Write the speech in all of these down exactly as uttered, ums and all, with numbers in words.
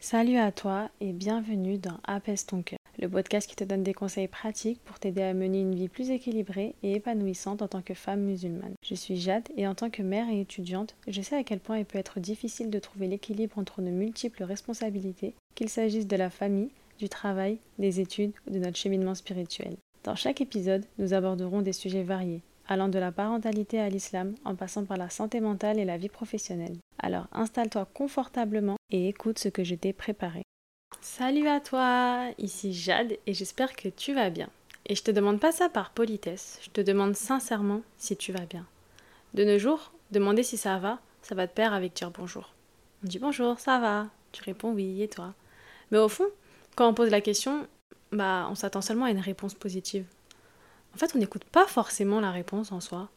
Salut à toi et bienvenue dans Apaise ton cœur, le podcast qui te donne des conseils pratiques pour t'aider à mener une vie plus équilibrée et épanouissante en tant que femme musulmane. Je suis Jade et en tant que mère et étudiante, je sais à quel point il peut être difficile de trouver l'équilibre entre nos multiples responsabilités, qu'il s'agisse de la famille, du travail, des études ou de notre cheminement spirituel. Dans chaque épisode, nous aborderons des sujets variés, allant de la parentalité à l'islam, en passant par la santé mentale et la vie professionnelle. Alors installe-toi confortablement et écoute ce que je t'ai préparé. Salut à toi, ici Jade et j'espère que tu vas bien. Et je te demande pas ça par politesse, je te demande sincèrement si tu vas bien. De nos jours, demander si ça va, ça va de pair avec dire bonjour. On dit bonjour, ça va, tu réponds oui et toi. Mais au fond, quand on pose la question, bah on s'attend seulement à une réponse positive. En fait, on n'écoute pas forcément la réponse en soi.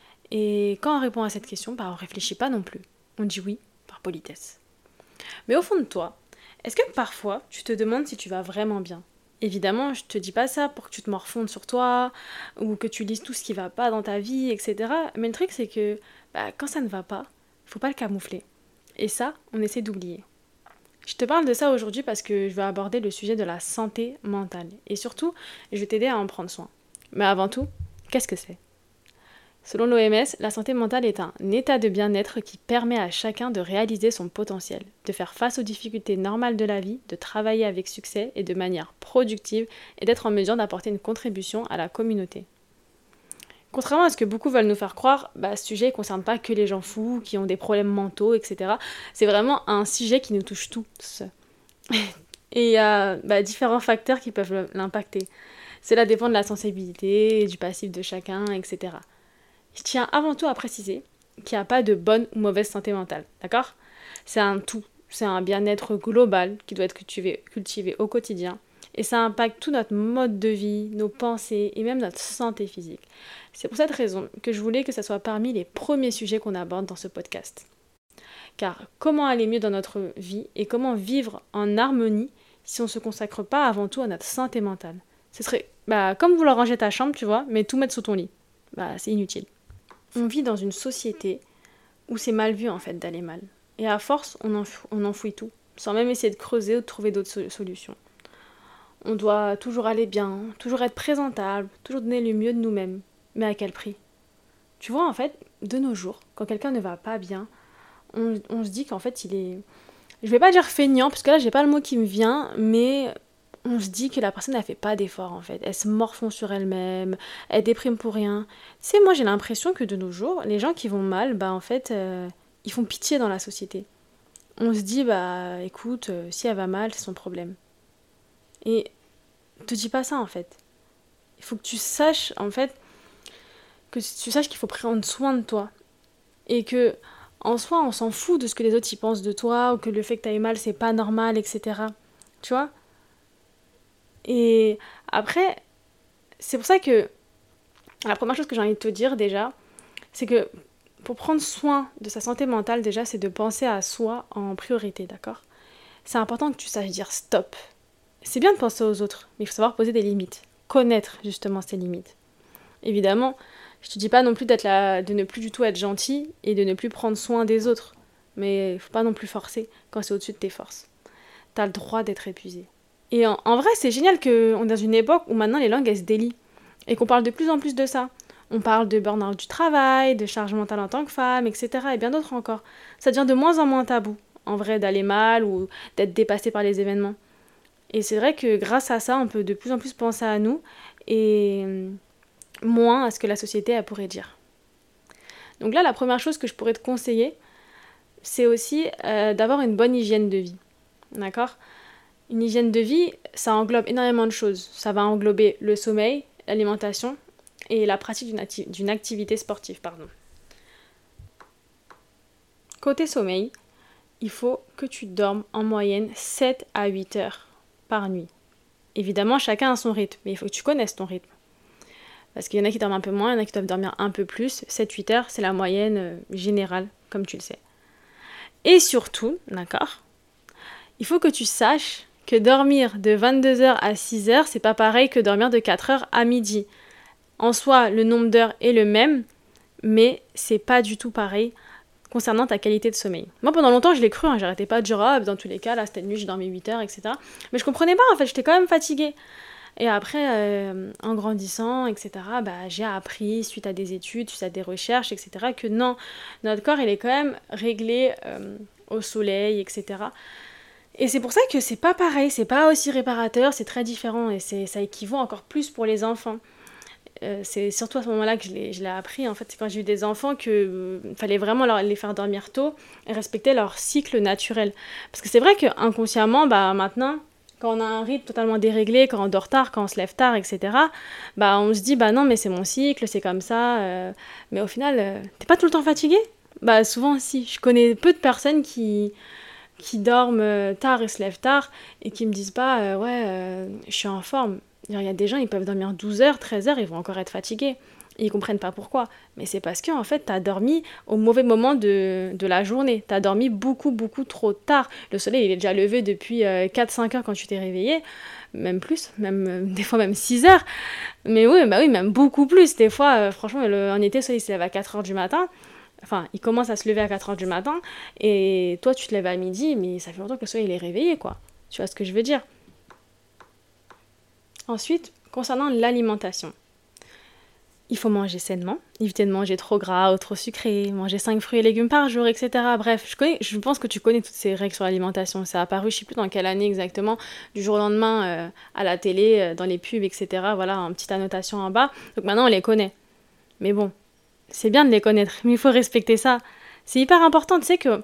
Et quand on répond à cette question, bah on réfléchit pas non plus. On dit oui, par politesse. Mais au fond de toi, est-ce que parfois tu te demandes si tu vas vraiment bien ? Évidemment, je te dis pas ça pour que tu te morfondes sur toi, ou que tu lises tout ce qui va pas dans ta vie, et cetera. Mais le truc c'est que bah, quand ça ne va pas, faut pas le camoufler. Et ça, on essaie d'oublier. Je te parle de ça aujourd'hui parce que je vais aborder le sujet de la santé mentale. Et surtout, je vais t'aider à en prendre soin. Mais avant tout, qu'est-ce que c'est ? Selon l'O M S, la santé mentale est un état de bien-être qui permet à chacun de réaliser son potentiel, de faire face aux difficultés normales de la vie, de travailler avec succès et de manière productive et d'être en mesure d'apporter une contribution à la communauté. Contrairement à ce que beaucoup veulent nous faire croire, bah, ce sujet ne concerne pas que les gens fous, qui ont des problèmes mentaux, et cetera. C'est vraiment un sujet qui nous touche tous. Et il y a bah, différents facteurs qui peuvent l'impacter. Cela dépend de la sensibilité, du passif de chacun, et cetera. Je tiens avant tout à préciser qu'il n'y a pas de bonne ou mauvaise santé mentale, d'accord ? C'est un tout, c'est un bien-être global qui doit être cultivé, cultivé au quotidien et ça impacte tout notre mode de vie, nos pensées et même notre santé physique. C'est pour cette raison que je voulais que ça soit parmi les premiers sujets qu'on aborde dans ce podcast. Car comment aller mieux dans notre vie et comment vivre en harmonie si on ne se consacre pas avant tout à notre santé mentale ? Ce serait bah, comme vouloir ranger ta chambre, tu vois, mais tout mettre sous ton lit. Bah, c'est inutile. On vit dans une société où c'est mal vu en fait d'aller mal. Et à force, on, enfou- on enfouit tout, sans même essayer de creuser ou de trouver d'autres so- solutions. On doit toujours aller bien, toujours être présentable, toujours donner le mieux de nous-mêmes. Mais à quel prix ? Tu vois, en fait, de nos jours, quand quelqu'un ne va pas bien, on, on se dit qu'en fait, il est... Je vais pas dire feignant, parce que là, j'ai pas le mot qui me vient, mais... on se dit que la personne, elle fait pas d'efforts, en fait. Elle se morfond sur elle-même, elle déprime pour rien. Tu sais, moi, j'ai l'impression que de nos jours, les gens qui vont mal, bah, en fait, euh, ils font pitié dans la société. On se dit, bah, écoute, euh, si elle va mal, c'est son problème. Et te dis pas ça, en fait. Il faut que tu saches, en fait, que tu saches qu'il faut prendre soin de toi. Et que, en soi, on s'en fout de ce que les autres y pensent de toi, ou que le fait que t'ailles mal, c'est pas normal, et cetera. Tu vois ? Et après, c'est pour ça que la première chose que j'ai envie de te dire déjà, c'est que pour prendre soin de sa santé mentale, déjà, c'est de penser à soi en priorité, d'accord ? C'est important que tu saches dire stop. C'est bien de penser aux autres, mais il faut savoir poser des limites, connaître justement ces limites. Évidemment, je te dis pas non plus d'être là, de ne plus du tout être gentil et de ne plus prendre soin des autres, mais il faut pas non plus forcer quand c'est au-dessus de tes forces. T'as le droit d'être épuisé. Et en, en vrai, c'est génial qu'on est dans une époque où maintenant les langues, elles se délient. Et qu'on parle de plus en plus de ça. On parle de burn-out du travail, de charge mentale en tant que femme, et cetera. Et bien d'autres encore. Ça devient de moins en moins tabou, en vrai, d'aller mal ou d'être dépassé par les événements. Et c'est vrai que grâce à ça, on peut de plus en plus penser à nous et moins à ce que la société elle pourrait dire. Donc là, la première chose que je pourrais te conseiller, c'est aussi euh, d'avoir une bonne hygiène de vie. D'accord ? Une hygiène de vie, ça englobe énormément de choses. Ça va englober le sommeil, l'alimentation et la pratique d'une, acti- d'une activité sportive. Pardon. Côté sommeil, il faut que tu dormes en moyenne sept à huit heures par nuit. Évidemment, chacun a son rythme, mais il faut que tu connaisses ton rythme. Parce qu'il y en a qui dorment un peu moins, il y en a qui doivent dormir un peu plus. sept à huit heures, c'est la moyenne euh, générale, comme tu le sais. Et surtout, d'accord, il faut que tu saches que dormir de vingt-deux heures à six heures, c'est pas pareil que dormir de quatre heures à midi. En soi, le nombre d'heures est le même, mais c'est pas du tout pareil concernant ta qualité de sommeil. Moi, pendant longtemps, je l'ai cru, hein, j'arrêtais pas de dire, ah, dans tous les cas, là, cette nuit, j'ai dormi huit heures, et cetera. Mais je comprenais pas, en fait, j'étais quand même fatiguée. Et après, euh, en grandissant, et cetera, bah, j'ai appris, suite à des études, suite à des recherches, et cetera, que non, notre corps, il est quand même réglé euh, au soleil, et cetera. Et c'est pour ça que c'est pas pareil, c'est pas aussi réparateur, c'est très différent, et c'est, ça équivaut encore plus pour les enfants. Euh, c'est surtout à ce moment-là que je l'ai, je l'ai appris, en fait, c'est quand j'ai eu des enfants qu'il euh, fallait vraiment leur, les faire dormir tôt et respecter leur cycle naturel. Parce que c'est vrai qu'inconsciemment, bah, maintenant, quand on a un rythme totalement déréglé, quand on dort tard, quand on se lève tard, et cetera, bah, on se dit, bah non, mais c'est mon cycle, c'est comme ça. Euh, mais au final, euh, t'es pas tout le temps fatigué ? Bah souvent, si. Je connais peu de personnes qui, qui dorment tard et se lèvent tard et qui me disent pas, euh, ouais, euh, je suis en forme. Il y a des gens, ils peuvent dormir douze heures, treize heures, ils vont encore être fatigués. Ils comprennent pas pourquoi. Mais c'est parce que, en fait, t'as dormi au mauvais moment de, de la journée. T'as dormi beaucoup, beaucoup trop tard. Le soleil, il est déjà levé depuis euh, quatre cinq heures quand tu t'es réveillé. Même plus, même, euh, des fois même six heures. Mais oui, bah oui, même beaucoup plus. Des fois, euh, franchement, le, en été, le soleil se lève à quatre heures du matin. Enfin, il commence à se lever à quatre heures du matin. Et toi, tu te lèves à midi, mais ça fait longtemps que le soleil, il est réveillé, quoi. Tu vois ce que je veux dire ? Ensuite, concernant l'alimentation. Il faut manger sainement, éviter de manger trop gras ou trop sucré, manger cinq fruits et légumes par jour, et cetera. Bref, je, connais, je pense que tu connais toutes ces règles sur l'alimentation. Ça a apparu, je ne sais plus dans quelle année exactement, du jour au lendemain, euh, à la télé, euh, dans les pubs, et cetera. Voilà, une petite annotation en bas. Donc maintenant, on les connaît. Mais bon, c'est bien de les connaître, mais il faut respecter ça. C'est hyper important, tu sais que,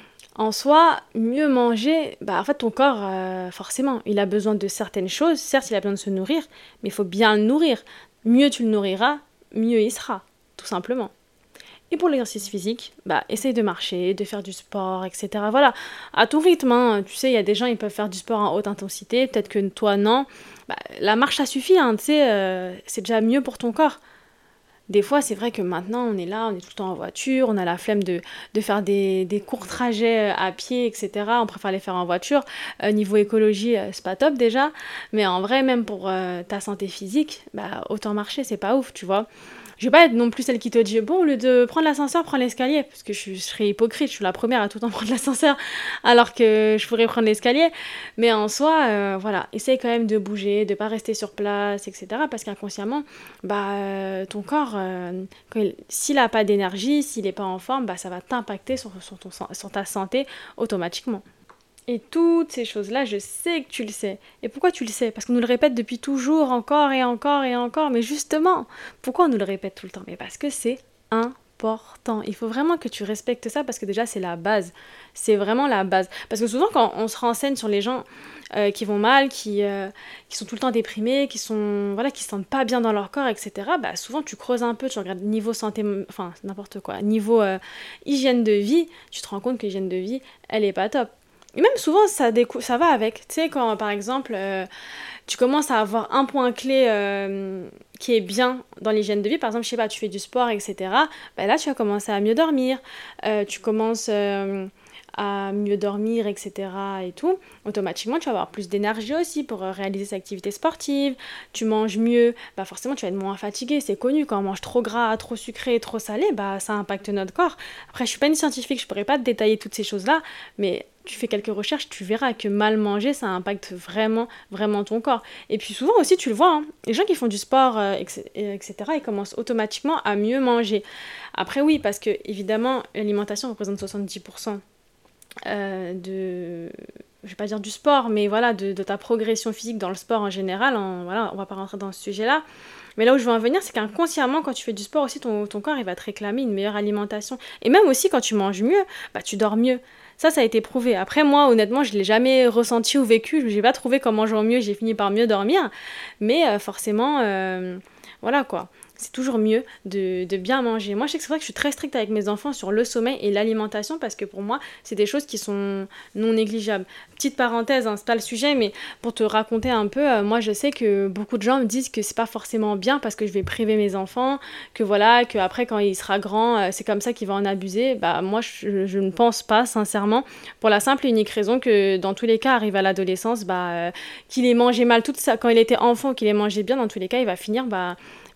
en soi, mieux manger, bah en fait, ton corps, euh, forcément, il a besoin de certaines choses. Certes, il a besoin de se nourrir, mais il faut bien le nourrir. Mieux tu le nourriras, mieux il sera, tout simplement. Et pour l'exercice physique, bah, essaye de marcher, de faire du sport, et cetera. Voilà, à ton rythme, hein. Tu sais, il y a des gens, ils peuvent faire du sport en haute intensité, peut-être que toi, non. Bah, la marche, ça suffit, hein, tu sais, euh, c'est déjà mieux pour ton corps. Des fois, c'est vrai que maintenant, on est là, on est tout le temps en voiture, on a la flemme de, de faire des, des courts trajets à pied, et cetera. On préfère les faire en voiture. Euh, niveau écologie, euh, c'est pas top déjà. Mais en vrai, même pour euh, ta santé physique, bah, autant marcher, c'est pas ouf, tu vois. Je vais pas être non plus celle qui te dit, bon, au lieu de prendre l'ascenseur, prends l'escalier. Parce que je, je serais hypocrite, je suis la première à tout le temps prendre l'ascenseur, alors que je pourrais prendre l'escalier. Mais en soi, euh, voilà, essaye quand même de bouger, de pas rester sur place, et cetera. Parce qu'inconsciemment, bah, euh, ton corps, euh, quand il, s'il a pas d'énergie, s'il est pas en forme, bah, ça va t'impacter sur, sur, ton, sur ta santé automatiquement. Et toutes ces choses-là, je sais que tu le sais. Et pourquoi tu le sais ? Parce qu'on nous le répète depuis toujours, encore et encore et encore. Mais justement, pourquoi on nous le répète tout le temps ? Mais parce que c'est important. Il faut vraiment que tu respectes ça parce que déjà, c'est la base. C'est vraiment la base. Parce que souvent, quand on se renseigne sur les gens euh, qui vont mal, qui, euh, qui sont tout le temps déprimés, qui sont voilà, qui se sentent pas bien dans leur corps, et cetera, bah, souvent, tu creuses un peu, tu regardes niveau santé, enfin, n'importe quoi, niveau euh, hygiène de vie, tu te rends compte que l'hygiène de vie, elle est pas top. Et même souvent, ça, décou- ça va avec. Tu sais, quand par exemple, euh, tu commences à avoir un point clé euh, qui est bien dans l'hygiène de vie, par exemple, je sais pas, tu fais du sport, et cetera, bah là, tu vas commencer à mieux dormir. Euh, tu commences euh, à mieux dormir, et cetera. Et tout. Automatiquement, tu vas avoir plus d'énergie aussi pour euh, réaliser ces activités sportives. Tu manges mieux, bah forcément, tu vas être moins fatigué. C'est connu, quand on mange trop gras, trop sucré, trop salé, bah ça impacte notre corps. Après, je suis pas une scientifique, je pourrais pas te détailler toutes ces choses-là, mais tu fais quelques recherches, tu verras que mal manger, ça impacte vraiment, vraiment ton corps. Et puis souvent aussi, tu le vois, hein, les gens qui font du sport, euh, et cetera, ils commencent automatiquement à mieux manger. Après oui, parce que évidemment, l'alimentation représente soixante-dix pour cent euh, de... je vais pas dire du sport, mais voilà, de, de ta progression physique dans le sport en général. En, voilà, on va pas rentrer dans ce sujet-là. Mais là où je veux en venir, c'est qu'inconsciemment, quand tu fais du sport aussi, ton, ton corps, il va te réclamer une meilleure alimentation. Et même aussi, quand tu manges mieux, bah, tu dors mieux. Ça, ça a été prouvé. Après, moi, honnêtement, je ne l'ai jamais ressenti ou vécu. Je n'ai pas trouvé qu'en mangeant mieux, j'ai fini par mieux dormir. Mais euh, forcément, euh, voilà quoi. C'est toujours mieux de, de bien manger. Moi, je sais que c'est vrai que je suis très stricte avec mes enfants sur le sommeil et l'alimentation parce que pour moi, c'est des choses qui sont non négligeables. Petite parenthèse, hein, c'est pas le sujet, mais pour te raconter un peu, euh, moi, je sais que beaucoup de gens me disent que c'est pas forcément bien parce que je vais priver mes enfants, que voilà, que après quand il sera grand, euh, c'est comme ça qu'il va en abuser. Bah moi, je, je ne pense pas, sincèrement, pour la simple et unique raison que dans tous les cas, arrive à l'adolescence, bah euh, qu'il ait mangé mal toute ça quand il était enfant, qu'il ait mangé bien, dans tous les cas, il va finir bah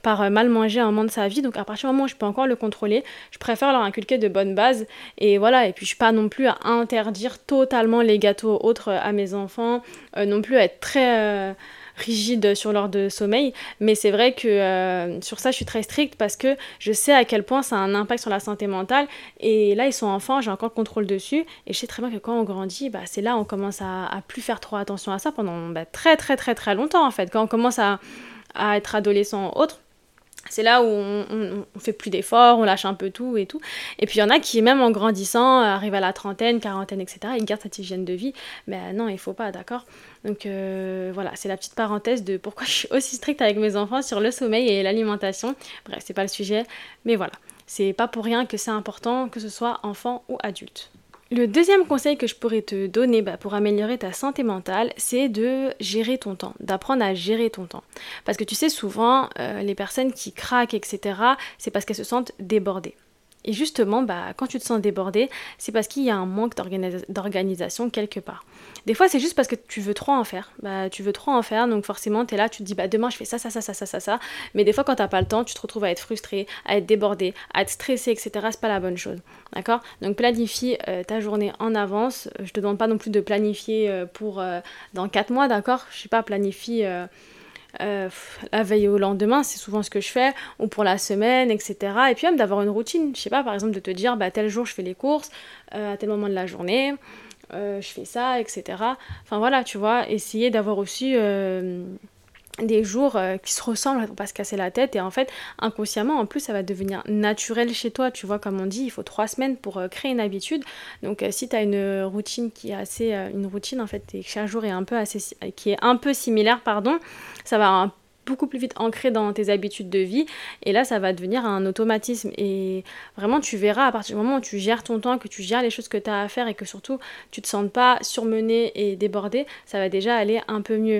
par euh, mal manger à un moment de sa vie. Donc à partir du moment où je peux encore le contrôler, je préfère leur inculquer de bonnes bases. Et voilà, et puis je suis pas non plus à interdire totalement les gâteaux autres à mes enfants, euh, non plus à être très euh, rigide sur l'heure de sommeil. Mais c'est vrai que euh, sur ça, je suis très stricte parce que je sais à quel point ça a un impact sur la santé mentale. Et là, ils sont enfants, j'ai encore le contrôle dessus. Et je sais très bien que quand on grandit, bah, c'est là où on commence à, à plus faire trop attention à ça pendant bah, très très très très longtemps en fait. Quand on commence à, à être adolescent ou autre, c'est là où on, on, on fait plus d'efforts, on lâche un peu tout et tout. Et puis il y en a qui, même en grandissant, arrivent à la trentaine, quarantaine, et cetera, ils gardent cette hygiène de vie. Mais non, il faut pas, d'accord ? Donc euh, voilà, c'est la petite parenthèse de pourquoi je suis aussi stricte avec mes enfants sur le sommeil et l'alimentation. Bref, c'est pas le sujet, mais voilà. C'est pas pour rien que c'est important, que ce soit enfant ou adulte. Le deuxième conseil que je pourrais te donner bah, pour améliorer ta santé mentale, c'est de gérer ton temps, d'apprendre à gérer ton temps. Parce que tu sais, souvent, euh, les personnes qui craquent, et cetera, c'est parce qu'elles se sentent débordées. Et justement, bah, quand tu te sens débordé, c'est parce qu'il y a un manque d'organis- d'organisation quelque part. Des fois, c'est juste parce que tu veux trop en faire. Bah, tu veux trop en faire, donc forcément, tu es là, tu te dis, bah, demain, je fais ça, ça, ça, ça, ça, ça, ça. Mais des fois, quand tu n'as pas le temps, tu te retrouves à être frustré, à être débordé, à être stressé, et cetera. C'est pas la bonne chose. D'accord ? Donc, planifie euh, ta journée en avance. Je te demande pas non plus de planifier euh, pour euh, dans quatre mois, d'accord ? Je sais pas, planifie... Euh, Euh, la veille au lendemain, c'est souvent ce que je fais, ou pour la semaine, et cetera. Et puis même d'avoir une routine, je sais pas, par exemple de te dire, bah tel jour je fais les courses, euh, à tel moment de la journée, euh, je fais ça, et cetera. Enfin voilà, tu vois, essayer d'avoir aussi euh, des jours euh, qui se ressemblent pour pas se casser la tête, et en fait inconsciemment en plus ça va devenir naturel chez toi, tu vois, comme on dit, il faut trois semaines pour euh, créer une habitude. Donc euh, si tu as une routine qui est assez euh, une routine en fait et que chaque jour est un peu assez qui est un peu similaire, pardon, ça va un beaucoup plus vite ancré dans tes habitudes de vie, et là ça va devenir un automatisme. Et vraiment tu verras, à partir du moment où tu gères ton temps, que tu gères les choses que tu as à faire, et que surtout tu te sens pas surmené et débordé, ça va déjà aller un peu mieux.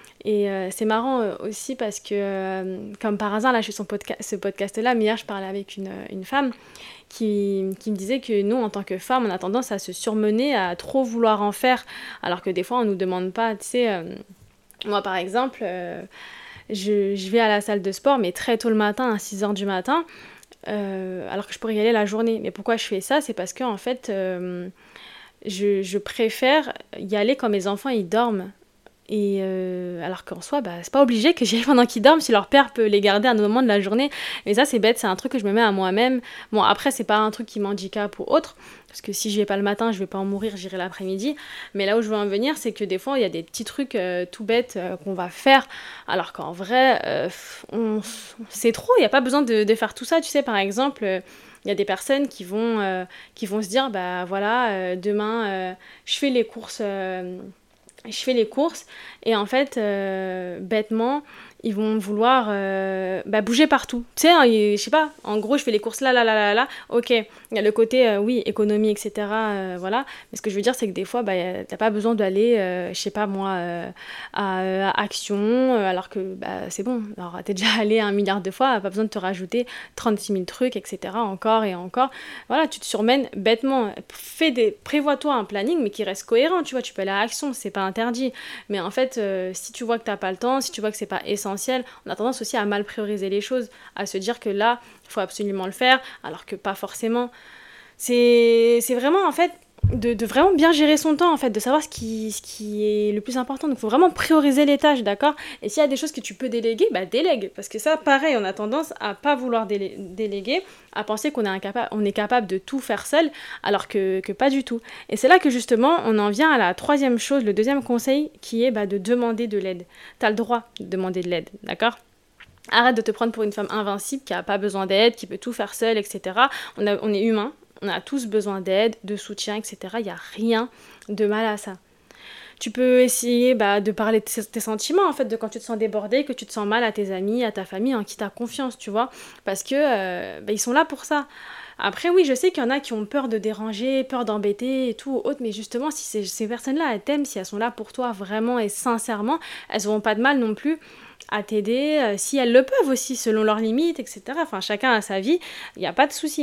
Et euh, c'est marrant euh, aussi parce que, euh, comme par hasard, là je fais son podca- ce podcast-là, mais hier je parlais avec une, une femme qui, qui me disait que nous, en tant que femmes, on a tendance à se surmener, à trop vouloir en faire, alors que des fois on nous demande pas, tu sais, euh, moi par exemple, euh, je, je vais à la salle de sport, mais très tôt le matin, à six heures du matin, euh, alors que je pourrais y aller la journée. Mais pourquoi je fais ça ? C'est parce que, en fait, euh, je, je préfère y aller quand mes enfants ils dorment. Et euh, alors qu'en soi, bah, c'est pas obligé que j'y aille pendant qu'ils dorment si leur père peut les garder à un moment de la journée. Mais ça, c'est bête, c'est un truc que je me mets à moi-même. Bon, après, c'est pas un truc qui m'handicape ou autre, parce que si j'y vais pas le matin, je vais pas en mourir, j'irai l'après-midi. Mais là où je veux en venir, c'est que des fois, il y a des petits trucs euh, tout bêtes euh, qu'on va faire, alors qu'en vrai, euh, on, c'est trop, il n'y a pas besoin de, de faire tout ça. Tu sais, par exemple... Euh, il y a des personnes qui vont, euh, qui vont se dire, bah voilà, euh, demain, euh, je fais les courses... Euh, je fais les courses et en fait, euh, bêtement, ils vont vouloir euh, bah, bouger partout. Tu sais, hein, je sais pas, en gros, je fais les courses là, là, là, là, là. Ok, il y a le côté, euh, oui, économie, et cetera. Euh, voilà. Mais ce que je veux dire, c'est que des fois, bah, t'as pas besoin d'aller, euh, je sais pas moi, euh, à, à Action, euh, alors que bah, c'est bon. Alors, t'es déjà allé un milliard de fois, pas besoin de te rajouter trente-six mille trucs, et cetera. Encore et encore. Voilà, tu te surmènes bêtement. Fais des, prévois-toi un planning, mais qui reste cohérent. Tu vois, tu peux aller à Action, c'est pas interdit. Mais en fait, euh, si tu vois que t'as pas le temps, si tu vois que c'est pas essentiel, on a tendance aussi à mal prioriser les choses, à se dire que là, il faut absolument le faire, alors que pas forcément. C'est, c'est vraiment, en fait, de, de vraiment bien gérer son temps, en fait, de savoir ce qui, ce qui est le plus important. Donc, il faut vraiment prioriser les tâches, d'accord ? Et s'il y a des choses que tu peux déléguer, bah délègue. Parce que ça, pareil, on a tendance à pas vouloir délé- déléguer, à penser qu'on est, incapa- on est capable de tout faire seul, alors que, que pas du tout. Et c'est là que, justement, on en vient à la troisième chose, le deuxième conseil, qui est bah, de demander de l'aide. T'as le droit de demander de l'aide, d'accord ? Arrête de te prendre pour une femme invincible qui n'a pas besoin d'aide, qui peut tout faire seule, et cetera. On, a, on est humain, on a tous besoin d'aide, de soutien, et cetera. Il n'y a rien de mal à ça. Tu peux essayer bah, de parler de tes sentiments, en fait, de quand tu te sens débordé, que tu te sens mal à tes amis, à ta famille, en qui tu as confiance, tu vois. Parce que euh, bah, ils sont là pour ça. Après, oui, je sais qu'il y en a qui ont peur de déranger, peur d'embêter et tout, autre, mais justement, si ces, ces personnes-là, elles t'aiment, si elles sont là pour toi vraiment et sincèrement, elles n'auront pas de mal non plus à t'aider, euh, si elles le peuvent aussi, selon leurs limites, et cetera. Enfin, chacun a sa vie, il n'y a pas de souci.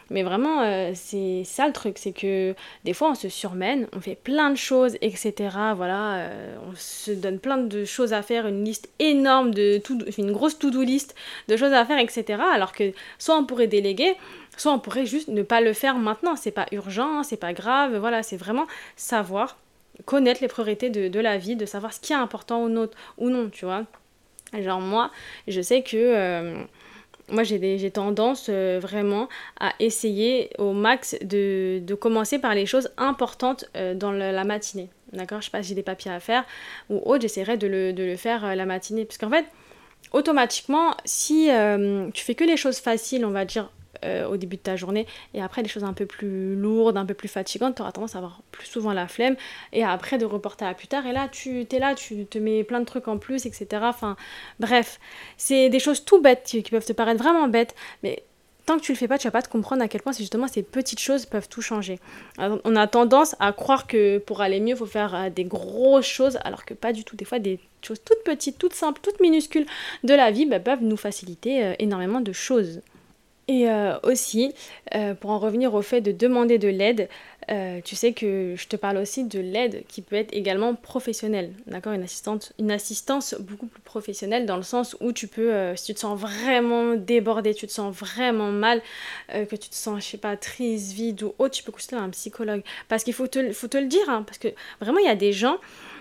Mais vraiment, euh, c'est ça le truc, c'est que des fois on se surmène, on fait plein de choses, et cetera. Voilà, euh, on se donne plein de choses à faire, une liste énorme, de tout, une grosse to-do list de choses à faire, et cetera. Alors que soit on pourrait déléguer, soit on pourrait juste ne pas le faire maintenant. C'est pas urgent, c'est pas grave, voilà, c'est vraiment savoir, connaître les priorités de, de la vie, de savoir ce qui est important ou non, ou non tu vois. Genre moi, je sais que... Euh, moi, j'ai, des, j'ai tendance euh, vraiment à essayer au max de, de commencer par les choses importantes euh, dans le, la matinée. D'accord ? Je sais pas si j'ai des papiers à faire ou autre, j'essaierai de le, de le faire euh, la matinée. Parce qu'en fait, automatiquement, si euh, tu fais que les choses faciles, on va dire, euh, au début de ta journée, et après les choses un peu plus lourdes, un peu plus fatigantes, tu auras tendance à avoir plus souvent la flemme, et après de reporter à plus tard, et là, tu es là, tu te mets plein de trucs en plus, et cetera. Enfin, bref, c'est des choses tout bêtes, qui, qui peuvent te paraître vraiment bêtes, mais tant que tu le fais pas, tu vas pas te comprendre à quel point c'est justement ces petites choses peuvent tout changer. Alors, on a tendance à croire que pour aller mieux, il faut faire euh, des grosses choses, alors que pas du tout. Des fois, des choses toutes petites, toutes simples, toutes minuscules de la vie bah, peuvent nous faciliter euh, énormément de choses. Et euh, aussi, euh, pour en revenir au fait de demander de l'aide, euh, tu sais que je te parle aussi de l'aide qui peut être également professionnelle, d'accord ? Une assistante, une assistance beaucoup plus professionnelle dans le sens où tu peux, euh, si tu te sens vraiment débordé, tu te sens vraiment mal, euh, que tu te sens, je sais pas, triste, vide ou autre, tu peux consulter un psychologue. Parce qu'il faut te, faut te le dire, hein, parce que vraiment, il y a des gens...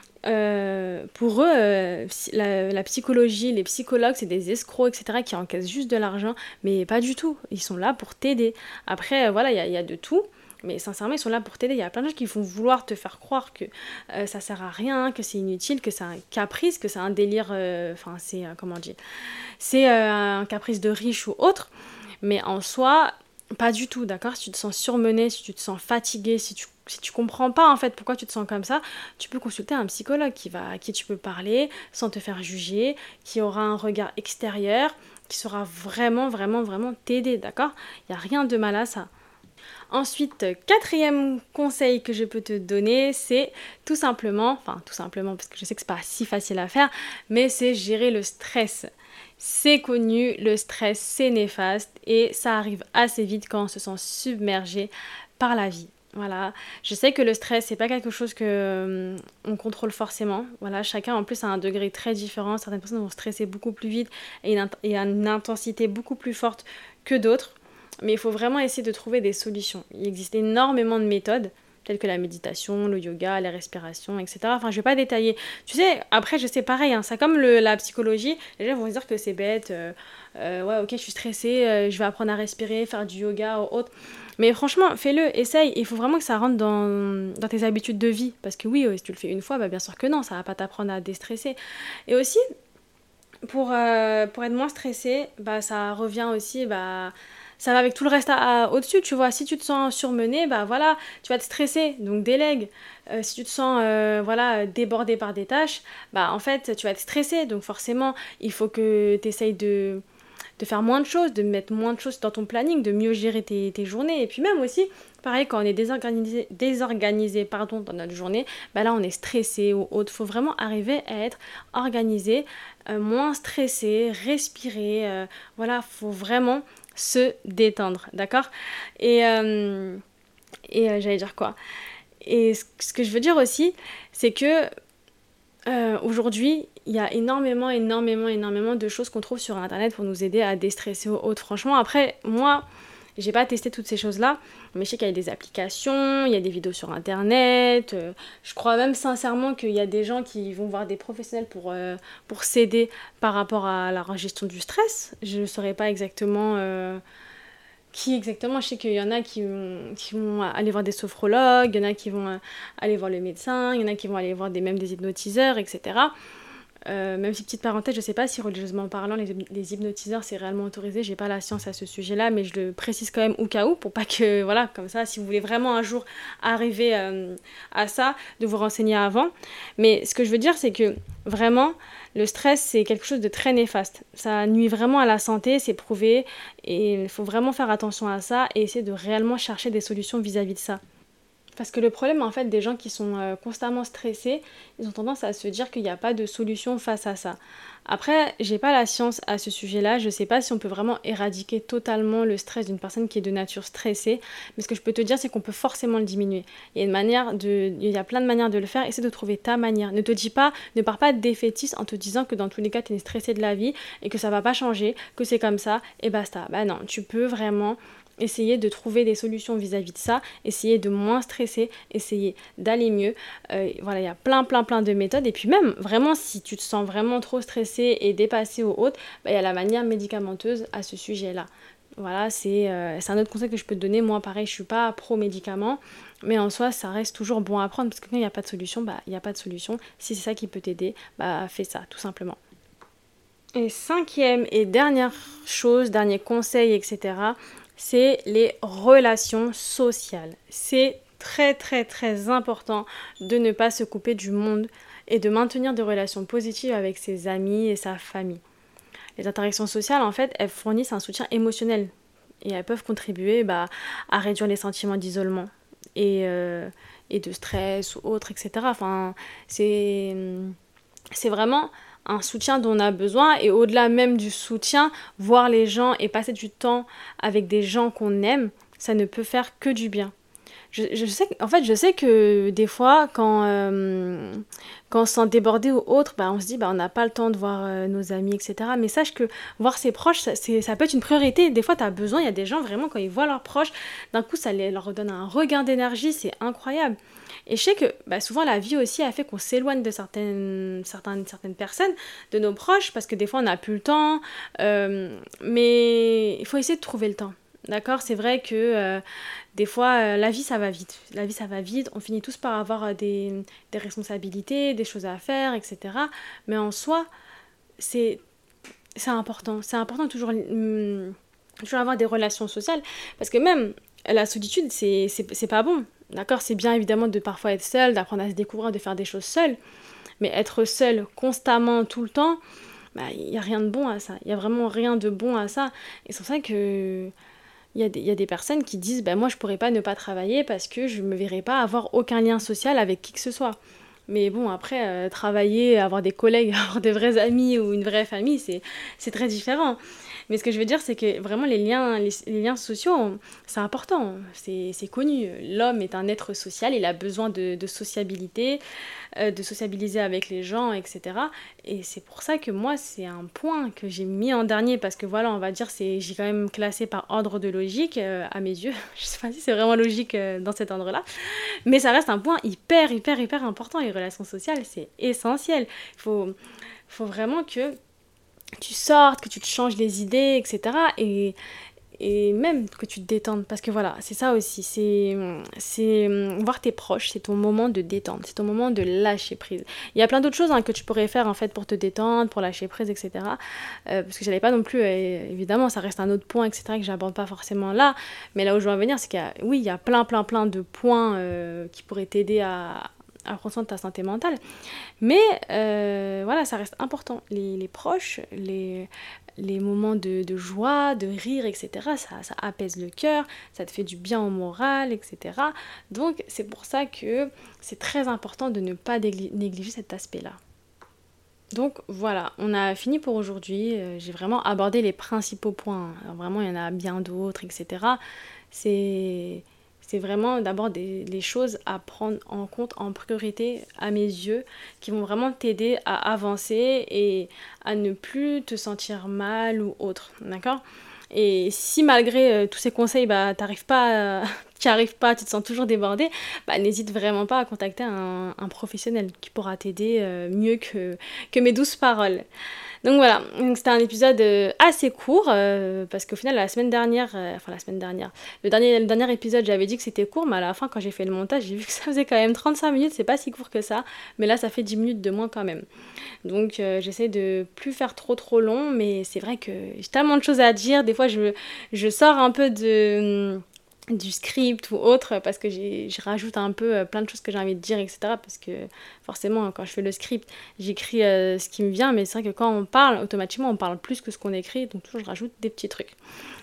Euh, pour eux, euh, la, la psychologie, les psychologues, c'est des escrocs, et cetera, qui encaissent juste de l'argent, mais pas du tout. Ils sont là pour t'aider. Après, euh, voilà, il y, y a de tout, mais sincèrement, ils sont là pour t'aider. Il y a plein de gens qui vont vouloir te faire croire que euh, ça sert à rien, que c'est inutile, que c'est un caprice, que c'est un délire, enfin, euh, c'est, euh, comment dire, c'est euh, un caprice de riche ou autre, mais en soi... Pas du tout, d'accord ? Si tu te sens surmené, si tu te sens fatigué, si tu si tu comprends pas en fait pourquoi tu te sens comme ça, tu peux consulter un psychologue qui va, à qui tu peux parler sans te faire juger, qui aura un regard extérieur, qui saura vraiment, vraiment, vraiment t'aider, d'accord ? Il n'y a rien de mal à ça. Ensuite, quatrième conseil que je peux te donner, c'est tout simplement, enfin tout simplement parce que je sais que c'est pas si facile à faire, mais c'est gérer le stress. C'est connu, le stress c'est néfaste et ça arrive assez vite quand on se sent submergé par la vie. Voilà, je sais que le stress c'est pas quelque chose que euh, on contrôle forcément. Voilà, chacun en plus a un degré très différent. Certaines personnes vont stresser beaucoup plus vite et une, int- et à une intensité beaucoup plus forte que d'autres. Mais il faut vraiment essayer de trouver des solutions. Il existe énormément de méthodes, telles que la méditation, le yoga, la respiration, et cetera. Enfin, je vais pas détailler. Tu sais, après, je sais pareil, hein, c'est comme le, la psychologie. Les gens vont se dire que c'est bête. Euh, euh, ouais, ok, je suis stressée, euh, je vais apprendre à respirer, faire du yoga ou autre. Mais franchement, fais-le, essaye. Il faut vraiment que ça rentre dans, dans tes habitudes de vie. Parce que oui, si tu le fais une fois, bah, bien sûr que non, ça va pas t'apprendre à déstresser. Et aussi, pour, euh, pour être moins stressé, bah, ça revient aussi... Bah, ça va avec tout le reste à, à, au-dessus, tu vois. Si tu te sens surmené, bah voilà, tu vas te stresser, donc délègue. Euh, si tu te sens euh, voilà, débordé par des tâches, bah en fait, tu vas te stresser. Donc forcément, il faut que tu essayes de, de faire moins de choses, de mettre moins de choses dans ton planning, de mieux gérer tes, tes journées. Et puis même aussi, pareil, quand on est désorganisé, désorganisé pardon, dans notre journée, bah là, on est stressé ou autre. Il faut vraiment arriver à être organisé, euh, moins stressé, respirer. Euh, voilà, il faut vraiment... se détendre, d'accord ? Et, euh, et euh, j'allais dire quoi ? Et ce, ce que je veux dire aussi, c'est que euh, aujourd'hui, il y a énormément, énormément, énormément de choses qu'on trouve sur Internet pour nous aider à déstresser ou autre. Franchement, après, moi... j'ai pas testé toutes ces choses-là, mais je sais qu'il y a des applications, il y a des vidéos sur Internet. Euh, je crois même sincèrement qu'il y a des gens qui vont voir des professionnels pour, euh, pour s'aider par rapport à la gestion du stress. Je ne saurais pas exactement euh, qui exactement. Je sais qu'il y en a qui, qui vont aller voir des sophrologues, il y en a qui vont euh, aller voir le médecin, il y en a qui vont aller voir des, même des hypnotiseurs, et cetera. Euh, même si petite parenthèse, je sais pas si religieusement parlant les, les hypnotiseurs c'est réellement autorisé, j'ai pas la science à ce sujet là, mais je le précise quand même au cas où pour pas que, voilà, comme ça si vous voulez vraiment un jour arriver euh, à ça, de vous renseigner avant. Mais ce que je veux dire c'est que vraiment le stress c'est quelque chose de très néfaste, ça nuit vraiment à la santé, c'est prouvé et il faut vraiment faire attention à ça et essayer de réellement chercher des solutions vis-à-vis de ça. Parce que le problème en fait des gens qui sont euh, constamment stressés, ils ont tendance à se dire qu'il n'y a pas de solution face à ça. Après, j'ai pas la science à ce sujet-là, je sais pas si on peut vraiment éradiquer totalement le stress d'une personne qui est de nature stressée, mais ce que je peux te dire c'est qu'on peut forcément le diminuer. Il y a une manière de, il y a plein de manières de le faire, essaie de trouver ta manière. Ne te dis pas, ne pars pas défaitiste en te disant que dans tous les cas tu es stressé de la vie et que ça va pas changer, que c'est comme ça et basta. Bah non, tu peux vraiment essayer de trouver des solutions vis-à-vis de ça, essayer de moins stresser, essayer d'aller mieux. Euh, voilà, il y a plein, plein, plein de méthodes. Et puis même, vraiment, si tu te sens vraiment trop stressé et dépassé ou autre, bah, il y a la manière médicamenteuse à ce sujet-là. Voilà, c'est, euh, c'est un autre conseil que je peux te donner. Moi, pareil, je suis pas pro-médicament, mais en soi, ça reste toujours bon à prendre parce que quand il n'y a pas de solution, bah, il n'y a pas de solution. Si c'est ça qui peut t'aider, bah, fais ça, tout simplement. Et cinquième et dernière chose, dernier conseil, et cetera, c'est les relations sociales. C'est très très très important de ne pas se couper du monde et de maintenir des relations positives avec ses amis et sa famille. Les interactions sociales, en fait, elles fournissent un soutien émotionnel et elles peuvent contribuer bah, à réduire les sentiments d'isolement et, euh, et de stress ou autre, et cetera. Enfin, c'est, c'est vraiment un soutien dont on a besoin et au-delà même du soutien, voir les gens et passer du temps avec des gens qu'on aime, ça ne peut faire que du bien. Je, je sais, en fait, je sais que des fois, quand, euh, quand on se sent débordé ou autre, bah, on se dit bah, on n'a pas le temps de voir euh, nos amis, et cetera. Mais sache que voir ses proches, ça, c'est, ça peut être une priorité. Des fois, tu as besoin, il y a des gens vraiment, quand ils voient leurs proches, d'un coup, ça les, leur redonne un regain d'énergie, c'est incroyable. Et je sais que bah, souvent la vie aussi a fait qu'on s'éloigne de certaines, certaines, certaines personnes, de nos proches, parce que des fois on n'a plus le temps, euh, mais il faut essayer de trouver le temps. D'accord, c'est vrai que euh, des fois euh, la vie ça va vite, la vie ça va vite, on finit tous par avoir euh, des, des responsabilités, des choses à faire, et cetera. Mais en soi, c'est, c'est important, c'est important de toujours, hum, toujours avoir des relations sociales, parce que même la solitude, c'est, c'est, c'est pas bon. D'accord, c'est bien évidemment de parfois être seul, d'apprendre à se découvrir, de faire des choses seul, mais être seul constamment, tout le temps, bah, il n'y a rien de bon à ça. Il n'y a vraiment rien de bon à ça. Et c'est pour ça que il y a des, il y a des personnes qui disent bah, moi je pourrais pas ne pas travailler parce que je me verrais pas avoir aucun lien social avec qui que ce soit. Mais bon, après, euh, travailler, avoir des collègues, avoir des vrais amis ou une vraie famille, c'est, c'est très différent. Mais ce que je veux dire, c'est que vraiment les liens, les, les liens sociaux, c'est important, c'est, c'est connu. L'homme est un être social, il a besoin de, de sociabilité, euh, de sociabiliser avec les gens, et cetera. Et c'est pour ça que moi, c'est un point que j'ai mis en dernier, parce que voilà, on va dire, c'est, j'ai quand même classé par ordre de logique, euh, à mes yeux. Je sais pas si c'est vraiment logique euh, dans cet ordre-là, mais ça reste un point hyper, hyper, hyper important. Les relations sociales, c'est essentiel. Il faut, faut vraiment que tu sortes, que tu te changes les idées, et cetera. Et, et même que tu te détendes. Parce que voilà, c'est ça aussi. C'est, c'est voir tes proches, c'est ton moment de détente. C'est ton moment de lâcher prise. Il y a plein d'autres choses hein, que tu pourrais faire en fait pour te détendre, pour lâcher prise, et cetera. Euh, parce que j'allais pas non plus, euh, évidemment, ça reste un autre point, et cetera, que j'aborde pas forcément là. Mais là où je veux en venir, c'est qu'il y a, oui, il y a plein, plein, plein de points euh, qui pourraient t'aider à à prendre soin de ta santé mentale. Mais euh, voilà, ça reste important. Les, les proches, les, les moments de, de joie, de rire, et cetera, ça, ça apaise le cœur, ça te fait du bien au moral, et cetera. Donc c'est pour ça que c'est très important de ne pas négliger cet aspect-là. Donc voilà, on a fini pour aujourd'hui. Euh, j'ai vraiment abordé les principaux points. Alors, vraiment, il y en a bien d'autres, et cetera. C'est... C'est vraiment d'abord des, les choses à prendre en compte en priorité à mes yeux qui vont vraiment t'aider à avancer et à ne plus te sentir mal ou autre, d'accord ? Et si malgré euh, tous ces conseils, bah, t'arrives pas, euh, tu n'y arrives pas, tu te sens toujours débordé, bah, n'hésite vraiment pas à contacter un, un professionnel qui pourra t'aider euh, mieux que, que mes douces paroles. Donc voilà, donc c'était un épisode euh, assez court, euh, parce qu'au final, la semaine dernière, euh, enfin la semaine dernière, le dernier, le dernier épisode, j'avais dit que c'était court, mais à la fin, quand j'ai fait le montage, j'ai vu que ça faisait quand même trente-cinq minutes, c'est pas si court que ça, mais là, ça fait dix minutes de moins quand même. Donc euh, j'essaie de plus faire trop trop long, mais c'est vrai que j'ai tellement de choses à dire, des fois, je, je sors un peu de... du script ou autre parce que j'ai, je rajoute un peu euh, plein de choses que j'ai envie de dire, et cetera. Parce que forcément, quand je fais le script, j'écris euh, ce qui me vient, mais c'est vrai que quand on parle, automatiquement, on parle plus que ce qu'on écrit, donc toujours je rajoute des petits trucs.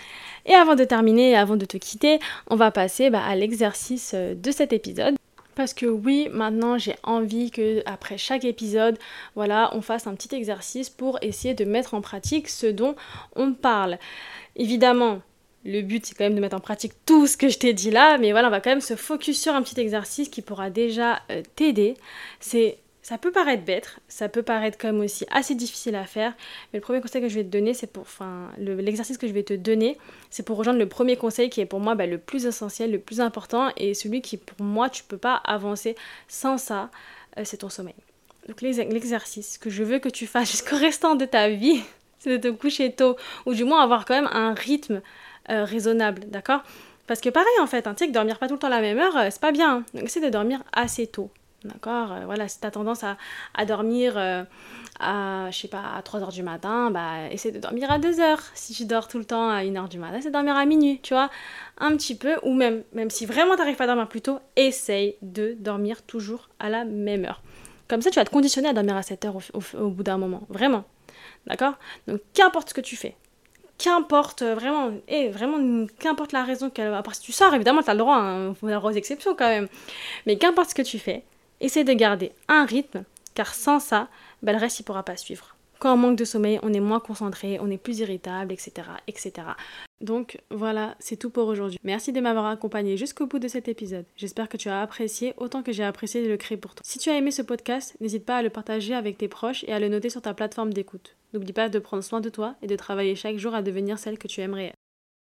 Et avant de terminer, avant de te quitter, on va passer bah, à l'exercice de cet épisode. Parce que oui, maintenant j'ai envie que après chaque épisode, voilà, on fasse un petit exercice pour essayer de mettre en pratique ce dont on parle. Évidemment, le but c'est quand même de mettre en pratique tout ce que je t'ai dit là, mais voilà, on va quand même se focus sur un petit exercice qui pourra déjà euh, t'aider. C'est Ça peut paraître bête, ça peut paraître comme aussi assez difficile à faire, mais le premier conseil que je vais te donner, c'est pour, enfin, le, l'exercice que je vais te donner, c'est pour rejoindre le premier conseil qui est pour moi bah, le plus essentiel, le plus important, et celui qui pour moi tu peux pas avancer sans ça, euh, c'est ton sommeil. Donc l'exercice que je veux que tu fasses jusqu'au restant de ta vie, c'est de te coucher tôt, ou du moins avoir quand même un rythme euh, raisonnable, d'accord ? Parce que pareil en fait, hein, tu sais que dormir pas tout le temps à la même heure, euh, c'est pas bien, hein. Donc essaie de dormir assez tôt. D'accord, euh, voilà, si tu as tendance à, à dormir euh, à, je sais pas, à trois heures du matin, bah, essaie de dormir à deux heures. Si tu dors tout le temps à une heure du matin, essaie de dormir à minuit, tu vois, un petit peu. Ou même, même si vraiment tu n'arrives pas à dormir plus tôt, essaye de dormir toujours à la même heure. Comme ça, tu vas te conditionner à dormir à sept heures au, au, au bout d'un moment, vraiment. D'accord ? Donc, qu'importe ce que tu fais, qu'importe vraiment, et vraiment, qu'importe la raison, qu'elle, à part si tu sors, évidemment, tu as le droit, hein, faut avoir des exceptions quand même. Mais qu'importe ce que tu fais, essaie de garder un rythme, car sans ça, ben, le reste, il ne pourra pas suivre. Quand on manque de sommeil, on est moins concentré, on est plus irritable, et cetera, et cetera. Donc voilà, c'est tout pour aujourd'hui. Merci de m'avoir accompagné jusqu'au bout de cet épisode. J'espère que tu as apprécié autant que j'ai apprécié de le créer pour toi. Si tu as aimé ce podcast, n'hésite pas à le partager avec tes proches et à le noter sur ta plateforme d'écoute. N'oublie pas de prendre soin de toi et de travailler chaque jour à devenir celle que tu aimerais être.